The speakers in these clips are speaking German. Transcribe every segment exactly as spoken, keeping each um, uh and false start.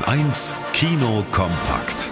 Bayern eins Kino kompakt.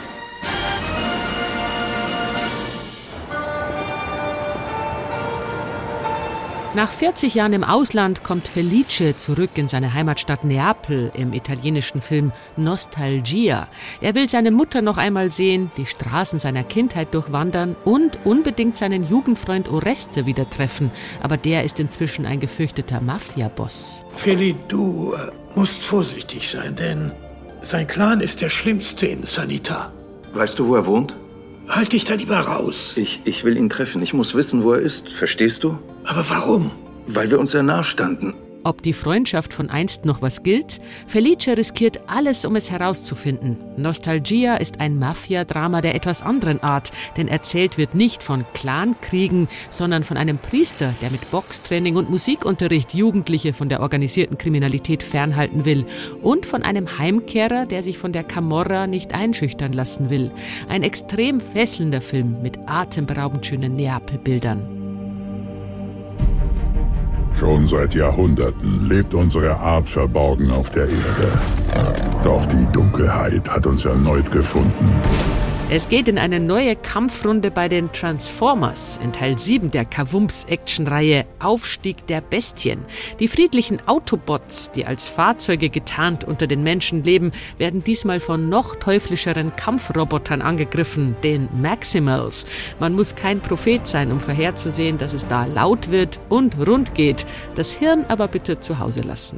Nach vierzig Jahren im Ausland kommt Felice zurück in seine Heimatstadt Neapel im italienischen Film Nostalgia. Er will seine Mutter noch einmal sehen, die Straßen seiner Kindheit durchwandern und unbedingt seinen Jugendfreund Oreste wieder treffen. Aber der ist inzwischen ein gefürchteter Mafia-Boss. Feli, du äh, musst vorsichtig sein, denn sein Clan ist der schlimmste in Sanità. Weißt du, wo er wohnt? Halt dich da lieber raus. Ich, ich will ihn treffen. Ich muss wissen, wo er ist. Verstehst du? Aber warum? Weil wir uns sehr nah standen. Ob die Freundschaft von einst noch was gilt? Felice riskiert alles, um es herauszufinden. Nostalgia ist ein Mafia-Drama der etwas anderen Art, denn erzählt wird nicht von Clankriegen, sondern von einem Priester, der mit Boxtraining und Musikunterricht Jugendliche von der organisierten Kriminalität fernhalten will, und von einem Heimkehrer, der sich von der Camorra nicht einschüchtern lassen will. Ein extrem fesselnder Film mit atemberaubend schönen Neapel-Bildern. Schon seit Jahrhunderten lebt unsere Art verborgen auf der Erde. Doch die Dunkelheit hat uns erneut gefunden. Es geht in eine neue Kampfrunde bei den Transformers in Teil sieben der Kavums-Action-Reihe Aufstieg der Bestien. Die friedlichen Autobots, die als Fahrzeuge getarnt unter den Menschen leben, werden diesmal von noch teuflischeren Kampfrobotern angegriffen, den Maximals. Man muss kein Prophet sein, um vorherzusehen, dass es da laut wird und rund geht. Das Hirn aber bitte zu Hause lassen.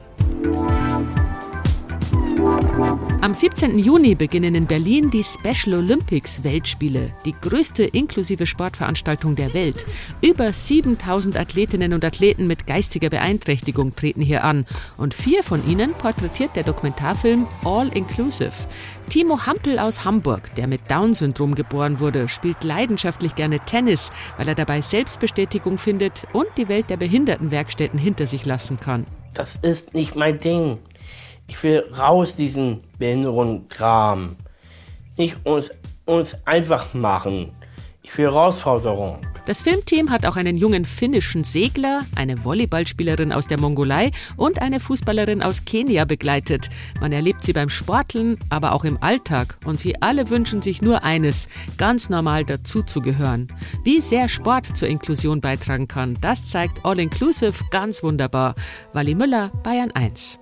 Am siebzehnten Juni beginnen in Berlin die Special Olympics Weltspiele, die größte inklusive Sportveranstaltung der Welt. Über siebentausend Athletinnen und Athleten mit geistiger Beeinträchtigung treten hier an. Und vier von ihnen porträtiert der Dokumentarfilm All Inclusive. Timo Hampel aus Hamburg, der mit Down-Syndrom geboren wurde, spielt leidenschaftlich gerne Tennis, weil er dabei Selbstbestätigung findet und die Welt der Behindertenwerkstätten hinter sich lassen kann. Das ist nicht mein Ding. Ich will raus diesen Behinderungskram. Nicht uns, uns einfach machen. Ich will Herausforderung. Das Filmteam hat auch einen jungen finnischen Segler, eine Volleyballspielerin aus der Mongolei und eine Fußballerin aus Kenia begleitet. Man erlebt sie beim Sporteln, aber auch im Alltag. Und sie alle wünschen sich nur eines, ganz normal dazuzugehören. Wie sehr Sport zur Inklusion beitragen kann, das zeigt All Inclusive ganz wunderbar. Wally Müller, Bayern eins.